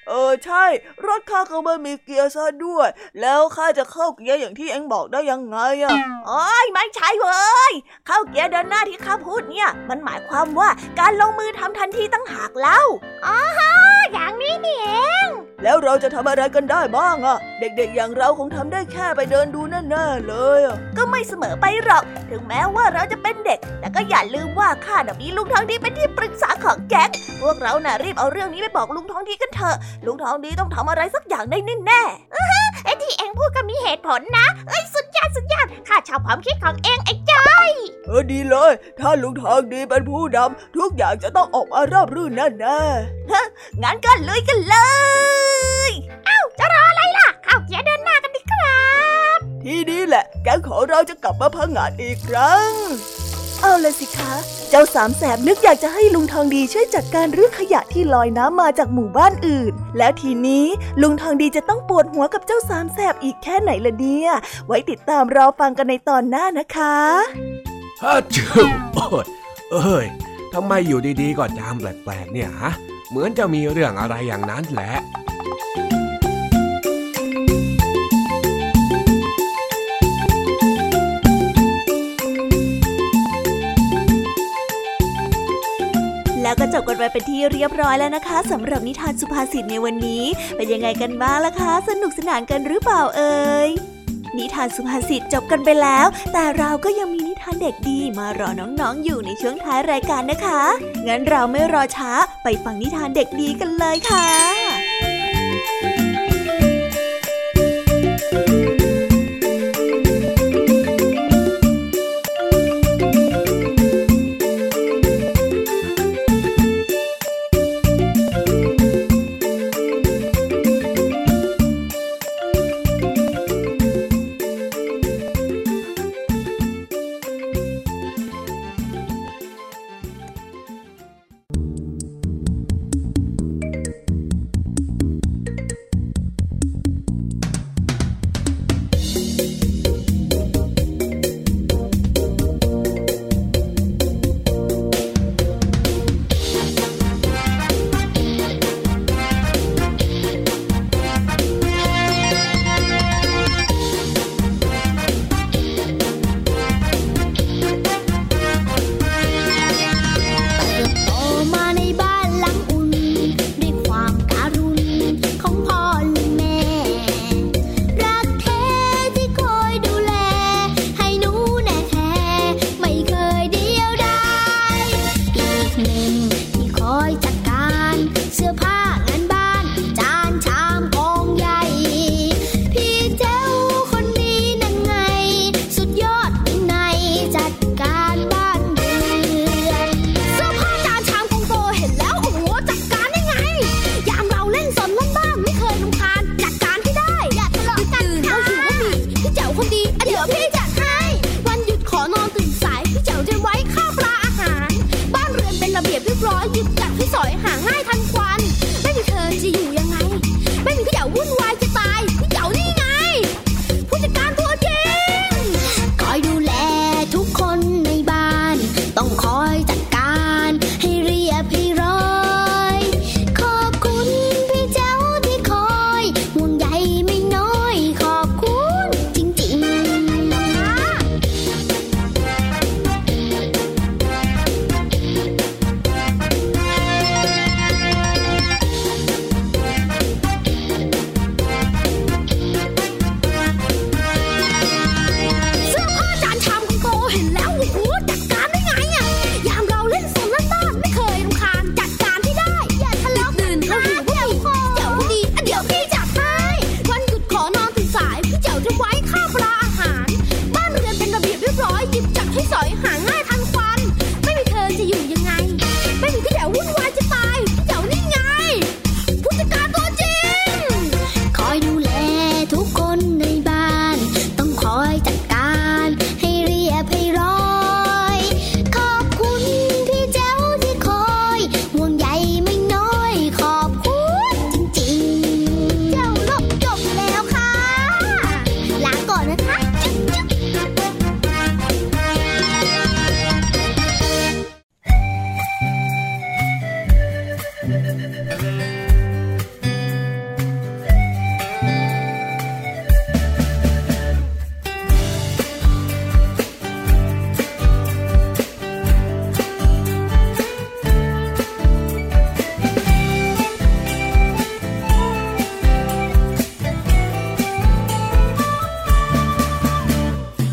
เออใช่รถข้าก็ไม่มีเกียร์ซะด้วยแล้วข้าจะเข้าเกียร์อย่างที่เอ็งบอกได้ยังไงอ่ะโอ้ยไม่ใช่เว้ยเข้าเกียร์เดินหน้าที่ข้าพูดเนี่ยมันหมายความว่าการลงมือทำทันทีตั้งหากเล่าอ๋ออย่างนี้นี่เองแล้วเราจะทำอะไรกันได้บ้างอ่ะเด็กๆอย่างเราคงทำได้แค่ไปเดินดูแน่ๆเลยอ่ะก็ไม่เสมอไปหรอกถึงแม้ว่าเราจะเป็นเด็กแต่ก็อย่าลืมว่าข้าน่ะมีลุงทองดีเป็นที่ปรึกษาของแก๊งพวกเราน่ะรีบเอาเรื่องนี้ไปบอกลุงทองดีกันเถอะลุงทองดีต้องทำอะไรสักอย่างได้แน่ๆเออไอ้ที่เอ็งพูดก็มีเหตุผลนะเอ้ยสุดยอดสุดยอดข้าชอบความคิดของเอ็งไอ้จ้อยเออดีเลยถ้าลุงทองดีเป็นผู้นำทุกอย่างจะต้องออกมาราบรื่นแน่ๆฮะงั้นก็ลุยกันเลยเอ้าจะรออะไรล่ะเข้าเกียร์เดินหน้ากันดีครับทีนี้แหละแก๊งของเราจะกลับมาพังงาดอีกครั้งเอาเลยสิคะเจ้าสามแสบนึกอยากจะให้ลุงทองดีช่วยจัดการเรื่องขยะที่ลอยน้ำมาจากหมู่บ้านอื่นแล้วทีนี้ลุงทองดีจะต้องปวดหัวกับเจ้าสามแสบอีกแค่ไหนล่ะเนี่ยไว้ติดตามรอฟังกันในตอนหน้านะคะฮัจจูโอ้ยเอ้ยทำไมอยู่ดีๆก็จามแปลกๆเนี่ยฮะเหมือนจะมีเรื่องอะไรอย่างนั้นแหละแล้วก็จบกันไปเป็นที่เรียบร้อยแล้วนะคะสำหรับนิทานสุภาษิตในวันนี้เป็นยังไงกันบ้างล่ะคะสนุกสนานกันหรือเปล่าเอ่ยนิทานสุภาษิตจบกันไปแล้วแต่เราก็ยังมีนิทานเด็กดีมารอน้องๆอยู่ในช่วงท้ายรายการนะคะงั้นเราไม่รอช้าไปฟังนิทานเด็กดีกันเลยค่ะ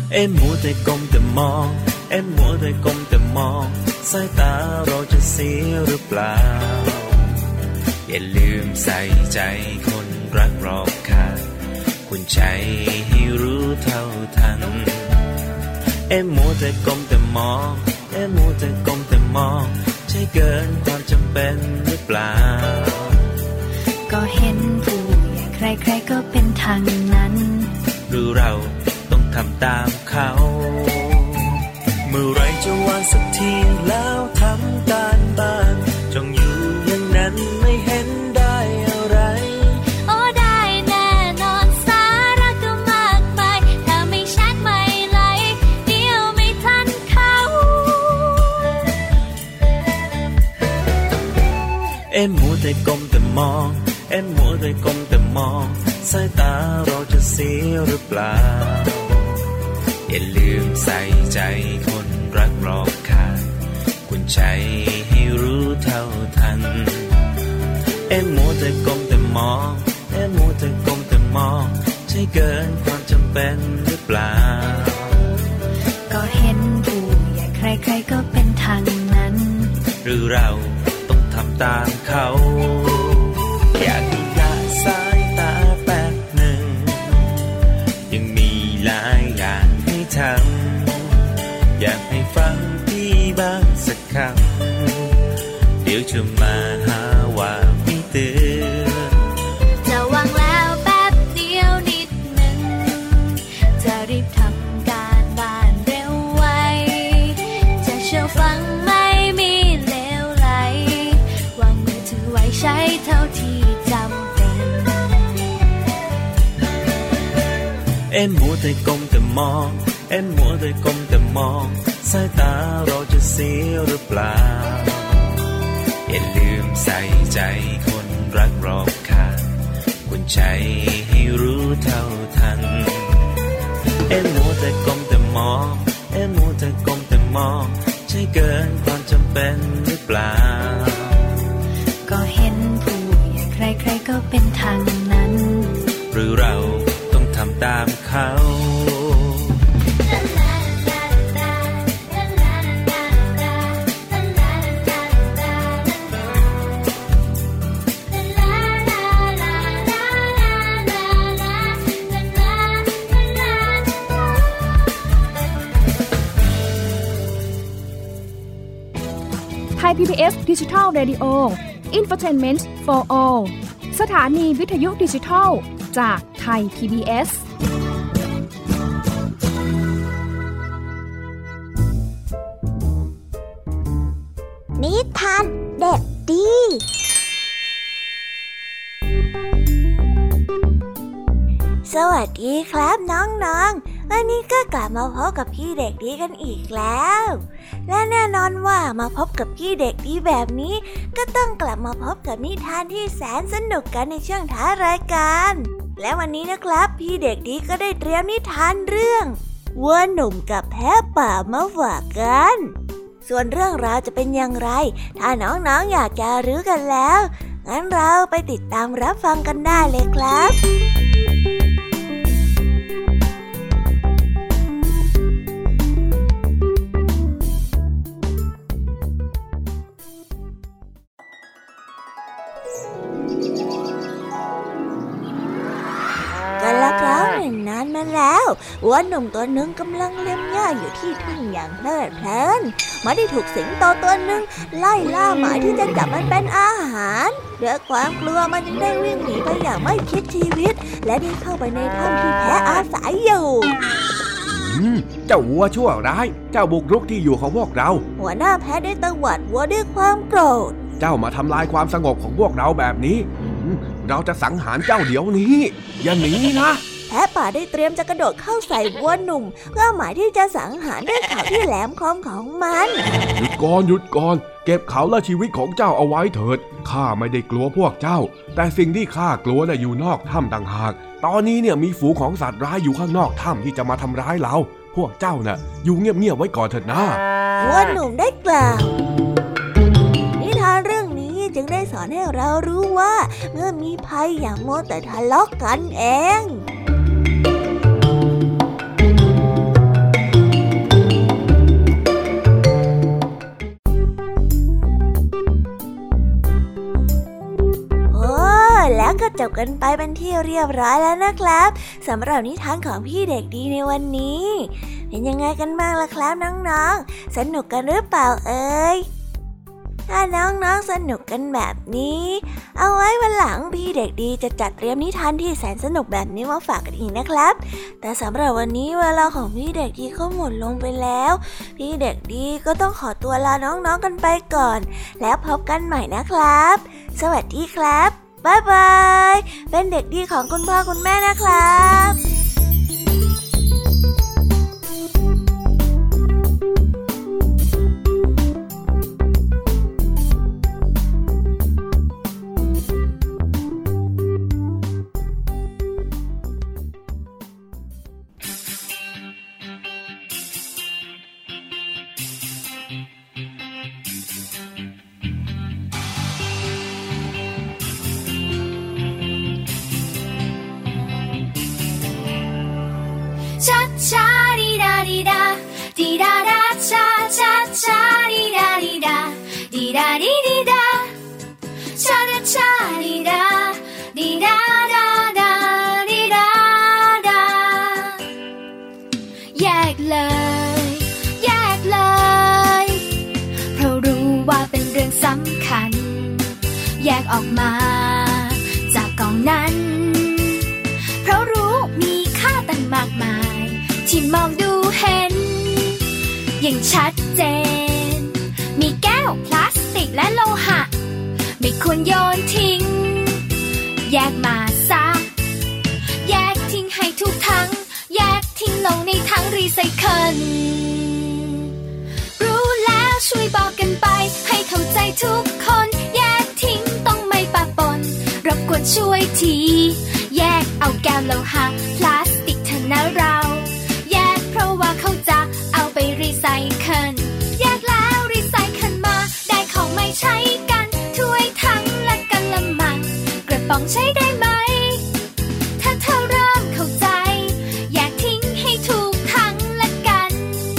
เอ็มมัวแต่ก้มแต่มองเอ็มมัวแต่ก้มแต่มองสายตาเราจะเสียหรือเปล่าอย่าลืมใส่ใจคนรักรอบข้างคุณใจให้รู้เท่าทันเอ็มมัวแต่ก้มแต่มองเอ็มมัวแต่ก้มแต่มองใช่เกินความจำเป็นหรือเปล่าก็เห็นผู้ใหญ่ใครๆก็เป็นทางนั้นหรือเราต้องทำตามเขาเมื่อไรจะวางสักทีแล้วทำการบ้านจงอยู่อย่างนั้นไม่เห็นได้อะไรโอ้ได้แน่นอนสาระก็มากมายถ้าไม่แชทไม่ไลค์เดี๋ยวไม่ทันเขาเอ็มมัวแต่ก้มแต่มองเอ็มมัวแต่ก้มแต่มองสายตาเราจะเสียหรือเปล่าอย่าลืมใส่ใจคนรักรอบข้างคุณใจให้รู้เท่าทันเอ็มมัวแต่ก้มแต่มองเอ็มมัวแต่ก้มแต่มองใช่เกินความจำเป็นหรือเปล่าก็เห็นผู้ใหญ่ใครๆก็เป็นทางนั้นหรือเราต้องทำตามเขาอยากให้ละสายตาแป๊บหนึ่งยังมีหลายอย่างให้ทำอยากให้ฟังพี่บ้างสักคำเดี๋ยวจะมาหาว่าไม่เตือนจะวางแล้วแป๊บเดียวนิดหนึ่งจะรีบทำการบ้านเร็วไวจะเชื่อฟังไม่มีเลวไหลวางมือถือไว้ใช้เท่าที่จำเป็นเอ็มมัวแต่ก้มแต่มองเอ็มมัวแต่ก้มแต่มองสายตาเราจะเสียหรือเปล่าอย่าลืมใส่ใจคนรักรอบข้างคุณใจให้รู้เท่าทันเอ็มมัวแต่ก้มแต่มองเอ็มมัวแต่ก้มแต่มองใช่เกินความจำเป็นหรือเปล่าก็เห็นผู้ใหญ่ใครๆก็เป็นทางนั้นหรือเราต้องทำตามเขาไทย พี บี เอส Digital Radio Infotainment for All สถานีวิทยุดิจิทัลจากไทย พี บี เอสนิทานเด็กดีสวัสดีครับน้องๆวันนี้ก็กลับมาพบกับพี่เด็กดีกันอีกแล้วและแน่นอนว่ามาพบกับพี่เด็กดีแบบนี้ก็ต้องกลับมาพบกับนิทานที่แสนสนุกกันในช่วงท้ายรายการและวันนี้นะครับพี่เด็กดีก็ได้เตรียมนิทานเรื่องวัวหนุ่มกับแพะป่ามาฝากกันส่วนเรื่องราวจะเป็นอย่างไรถ้าน้องๆ อยากจะรู้กันแล้วงั้นเราไปติดตามรับฟังกันได้เลยครับกันละครั้งหนึ่งนานมาแล้ววัวหนุ่มตัวหนึ่งกำลังเล็มหญ้าอยู่ที่ทุ่งอย่างเพลิดเพลินมันได้ถูกสิงโตตัวหนึ่งไล่ล่าหมายที่จะจับมันเป็นอาหารด้วยความกลัวมันจึงได้วิ่งหนีไปอย่างไม่คิดชีวิตและได้เข้าไปในถ้ำที่แพะอาศัยอยู่เจ้าวัวชั่วร้ายเจ้าบุกรุกที่อยู่ของพวกเราหัวหน้าแพะได้ตวาดวัวด้วยความโกรธเจ้ามาทำลายความสงบของพวกเราแบบนี้เราจะสังหารเจ้าเดี๋ยวนี้อย่าหนีนะแพะป่าได้เตรียมจะกระโดดเข้าใส่วัวหนุ่มเพื่อหมายที่จะสังหารด้วยเขาที่แหลมคมของมันหยุดก่อนหยุดก่อนเก็บเขาและชีวิตของเจ้าเอาไว้เถิดข้าไม่ได้กลัวพวกเจ้าแต่สิ่งที่ข้ากลัวน่ะอยู่นอกถ้ำต่างหากตอนนี้เนี่ยมีฝูงของสัตว์ร้ายอยู่ข้างนอกถ้ำที่จะมาทำร้ายเราพวกเจ้าน่ะอยู่เงียบๆไว้ก่อนเถิดนะวัวหนุ่มได้กล่าวนิทานเรื่องนี้จึงได้สอนให้เรารู้ว่าเมื่อมีภัยอย่ามัวแต่ทะเลาะกันเองก็จบกันไปเป็นที่เรียบร้อยแล้วนะครับสำหรับนิทานของพี่เด็กดีในวันนี้เป็นยังไงกันบ้างล่ะครับน้องๆสนุกกันหรือเปล่าเอ่ยถ้าน้องๆสนุกกันแบบนี้เอาไว้วันหลังพี่เด็กดีจะจัดเตรียมนิทานที่แสนสนุกแบบนี้มาฝากกันอีกนะครับแต่สำหรับวันนี้เวลาของพี่เด็กดีก็หมดลงไปแล้วพี่เด็กดีก็ต้องขอตัวลาน้องๆกันไปก่อนแล้วพบกันใหม่นะครับสวัสดีครับบ๊ายบายเป็นเด็กดีของคุณพ่อคุณแม่นะครับแยกออกมาจากกองนั้นเพราะรู้มีค่าตั้งมากมายที่มองดูเห็นอย่างชัดเจนมีแก้วพลาสติกและโลหะไม่ควรโยนทิ้งแยกมาซะแยกทิ้งให้ทุกถังแยกทิ้งลงในถังรีไซเคิลรู้แล้วช่วยบอกกันไปให้เข้าใจทุกคนแยกทิ้งต้องไม่ปะปนรบกวนช่วยทีแยกเอาแก้วโลหะพลาสติกเถอะนะเราแยกเพราะว่าเขาจะเอาไปรีไซเคิลแยกแล้วรีไซเคิลมาได้ของไม่ใช้กันถ้วยถังและกะละมังกระป๋องใช้ได้ไหมถ้าเธอเริ่มเข้าใจแยกทิ้งให้ถูกถังละกัน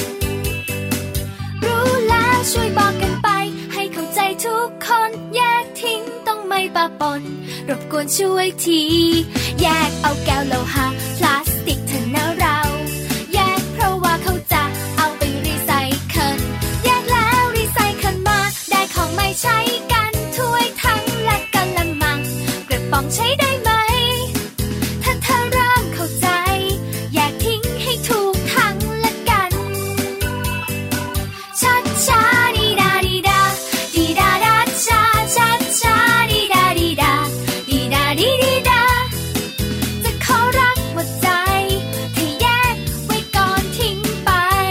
รู้แล้วช่วยบอกกันไปให้เข้าใจทุกคนแยกทิ้งต้องไม่ปะปนรบกวนช่วยทีแยกเอาแก้วโลหะพลาสติกเถอะนะเราแยกเพราะว่าเขาจะเอาไปรีไซเคิลแยกแล้วรีไซเคิลมาได้ของไม่ใช้กันถ้วยถังและกะละมังกระป๋องใช้ได้ไหมถ้าเธอเริ่มเข้าใจแยกทิ้งให้ถูกถังละกันชัดช้าดีดาดีดาดีดาดาช้าชัดช้าดีดาดีดาดีดาดีดีดาจะขอรักหมดใจถ้าแยกไว้ก่อนทิ้งไป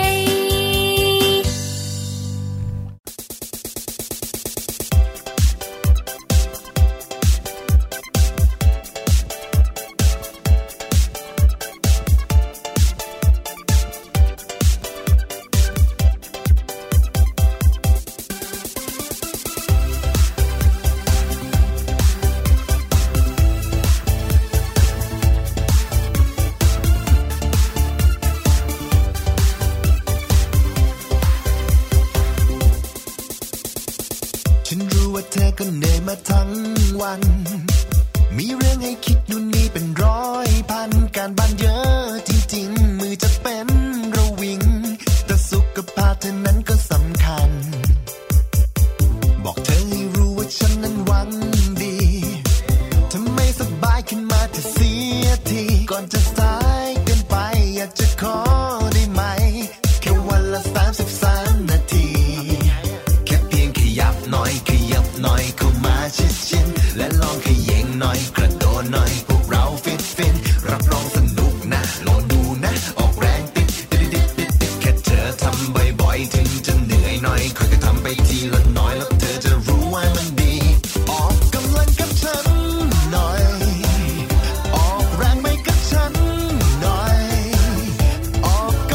ฉันรู้ว่าเธอก็เหนื่อยมาทั้งวันมีเรื่องให้คิดนู่นนี่เป็นร้อยพันการบ้านเยอะจริงๆมือจะเป็นระวิงแต่สุขภาพเธอนั้นก็สำคัญบอกเธอให้รู้ว่าฉันนั้นหวังดีถ้าไม่สบายขึ้นมาเธอเสียทีก่อนจะสายเกินไปอยากจะขอได้ไหมแค่วันละสามสิบสามนาทีแค่เพียงขยับหน่อยขยับหน่อยเข้ามาชิดๆและลองขยิงหน่อยกระโดดหน่อยพวกเราฟิตฟินรับรองสนุกนะลองดูนะออกแรงติดติดติดติดติดแค่เธอทำบ่อยๆถึงจะเหนื่อยหน่อยค่อยๆทำไปทีละน้อยแล้วเธอจะรู้ว่ามันดีออกกำลังกับฉันหน่อยออกแรงไปกับฉันหน่อยออก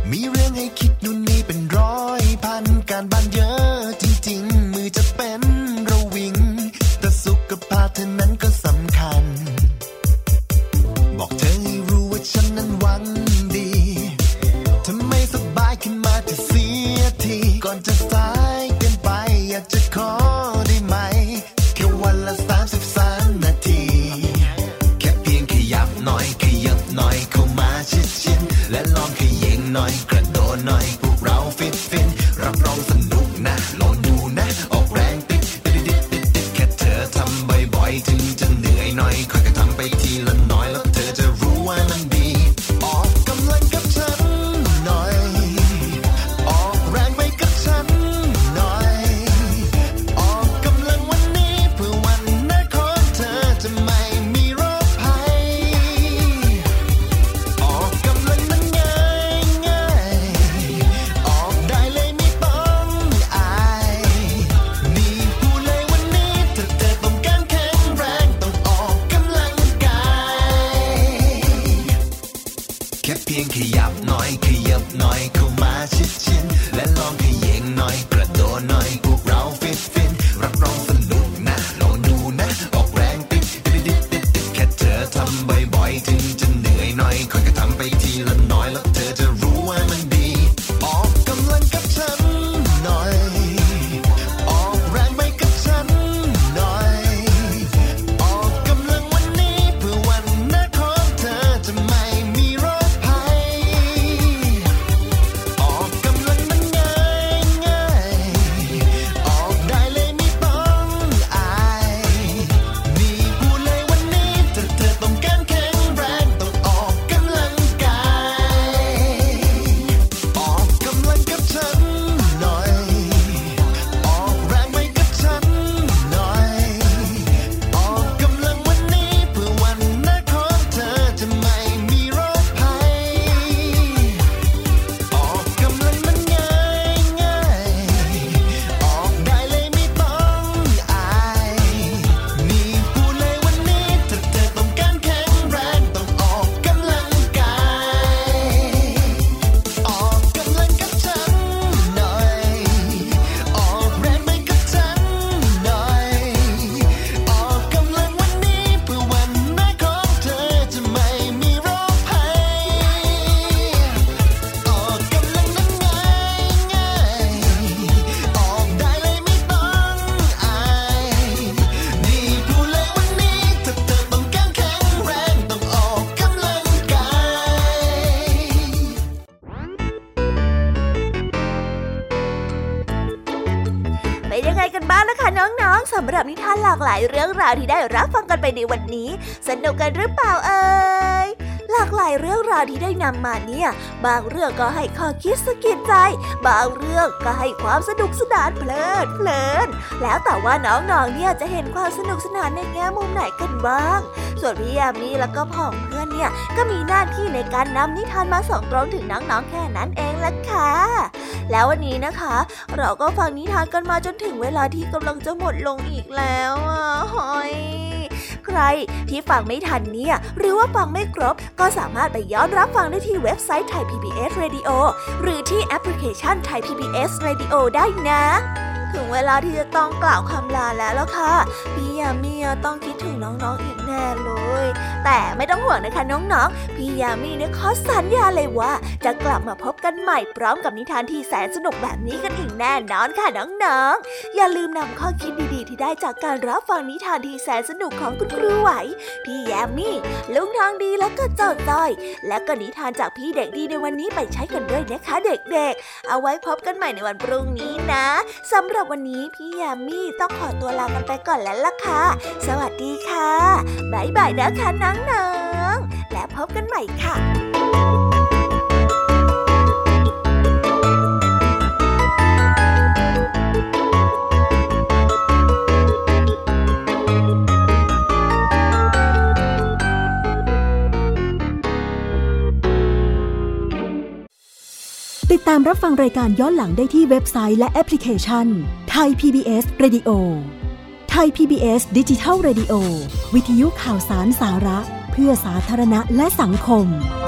มีเรื่องให้คิดนู่นนี่เป็นร้อยพันการบ้านเยอะจริงๆมือจะเป็นระวิงแต่สุขภาพเธอนั้นก็สำคัญบอกเธอให้รู้ว่าฉันนั้นหวังดีถ้าไม่สบายขึ้นมาจะเสียทีก่อนจะสายเกินไปอยากจะขอได้ไหมแค่วันละสามสิบสามนาทีแค่เพียงขยับหน่อยขยับหน่อยเข้ามาชิดๆและลองขยิงหน่อยกระโดดหน่อยพวกเราฟิตฟินรับรองสนุกนะลองดูนะออกแรงติดติดติดติดติดแค่เธอทำบ่อยๆถึงจะเหนื่อยหน่อยค่อยๆทำไปทีละน้อยแล้วเธอจะรู้ว่ามันดีออกกำลังกับฉันหน่อยออกแรงไปกับฉันหน่อยออกกำลังวันนี้เพื่อวันหน้าของเธอจะไม่มีโรคภัยออกกำลังมันง่ายง่ายออกได้เลยไม่ต้องอายนี่พูดเลยวันนี้ถ้าเธอต้องการแข็งแรงต้องออกกำลังกายแค่เพียงขยับหน่อยขยับหน่อยเข้ามาชิดๆและลองขยิงหน่อยกระโดดหน่อยพวกเราฟิตฟินรับรองสนุกนะลองดูนะออกแรงติดติดติดติดติดแค่เธอทำบ่อยๆถึงจะเหนื่อยหน่อยค่อยๆทำไปทีละน้อยแล้วเธอจะรู้ว่ามันดีออกกำลังกับฉันหน่อยออกแรงไปกับฉันหน่อยออกกำลังวันนี้เพื่อวันหน้าของเธอจะไม่มีโรคภัยออกกำลังมันง่ายง่ายออกได้เลยไม่ต้องอายนี่พูดเลยวันนี้ถ้าเธอต้องการแข็งแรงต้องออกกำลังกายออกกำลังกับฉันหน่อยออกแรงไปกับฉันหน่อยออกกำลังวันนี้เพื่อวันหน้าของเธอจะไม่มีโรคภัยออกกำลังมันง่ายง่ายออกได้เลยไม่ต้องอายนี่พูดเลยวันนี้ถ้าเธอต้องการแข็งแรงต้องออกกำลังกายออกกำลังกับฉันหน่อยออกแรงไปกับฉันหน่อยออกกำลังวันนี้เพื่อวันหน้าของเธอจะไม่มีโรคภัยออกกำลังนั้นง่ายง่ายออกได้เลยไม่ต้องอายนี่พูดเลยวันนี้ถ้าเธอต้องการแข็งแรงต้องออกกำลังกายเป็นยังไงกันบ้างล่ะคะน้องๆสำหรับนิทานหลากหลายเรื่องราวที่ได้รับฟังกันไปในวันนี้สนุกกันหรือเปล่าเอ่ยหลากหลายเรื่องราวที่ได้นำมาเนี่ยบางเรื่องก็ให้ข้อคิดสะกิดใจบางเรื่องก็ให้ความสนุกสนานเพลิดเพลินแล้วแต่ว่าน้องๆเนี่ยจะเห็นความสนุกสนานในแง่มุมไหนกันบ้างส่วนพี่ยามีแล้วก็พ่องเพื่อนเนี่ยก็มีหน้าที่ในการนำนิทานมาส่งตรงถึงน้องๆแค่นั้นเองล่ะค่ะแล้ววันนี้นะคะเราก็ฟังนิทานกันมาจนถึงเวลาที่กำลังจะหมดลงอีกแล้วอ่ะหอยใครที่ฟังไม่ทันเนี่ยหรือว่าฟังไม่ครบก็สามารถไปย้อนรับฟังได้ที่เว็บไซต์ Thai พี บี เอส Radio หรือที่แอปพลิเคชัน Thai พี บี เอส Radio ได้นะถึงเวลาที่จะต้องกล่าวคำลาแล้วล่ะค่ะพี่ยามีต้องคิดถึงน้องๆอีกแน่เลยแต่ไม่ต้องห่วงนะคะน้องๆพี่ยามีเนี่ยขอสัญญาเลยว่าจะกลับมาพบกันใหม่พร้อมกับนิทานที่แสนสนุกแบบนี้กันอีกแน่นอนค่ะน้องๆอย่าลืมนำข้อคิดดีๆที่ได้จากการรับฟังนิทานที่แสนสนุกของคุณครูไหวพี่ยามีลุงทองดีและก็เจ้าจ้อยและก็นิทานจากพี่เด็กดีในวันนี้ไปใช้กันด้วยนะคะเด็กๆเอาไว้พบกันใหม่ในวันพรุ่งนี้นะสำหรับวันนี้พี่ยามีต้องขอตัวลากันไปก่อนแล้วล่ะค่ะสวัสดีค่ะบ๊ายบายนะคะน้องๆและพบกันใหม่ค่ะติดตามรับฟังรายการย้อนหลังได้ที่เว็บไซต์และแอปพลิเคชัน Thai พี บี เอส Radio Thai พี บี เอส Digital Radio วิทยุข่าวสารสาระเพื่อสาธารณะและสังคม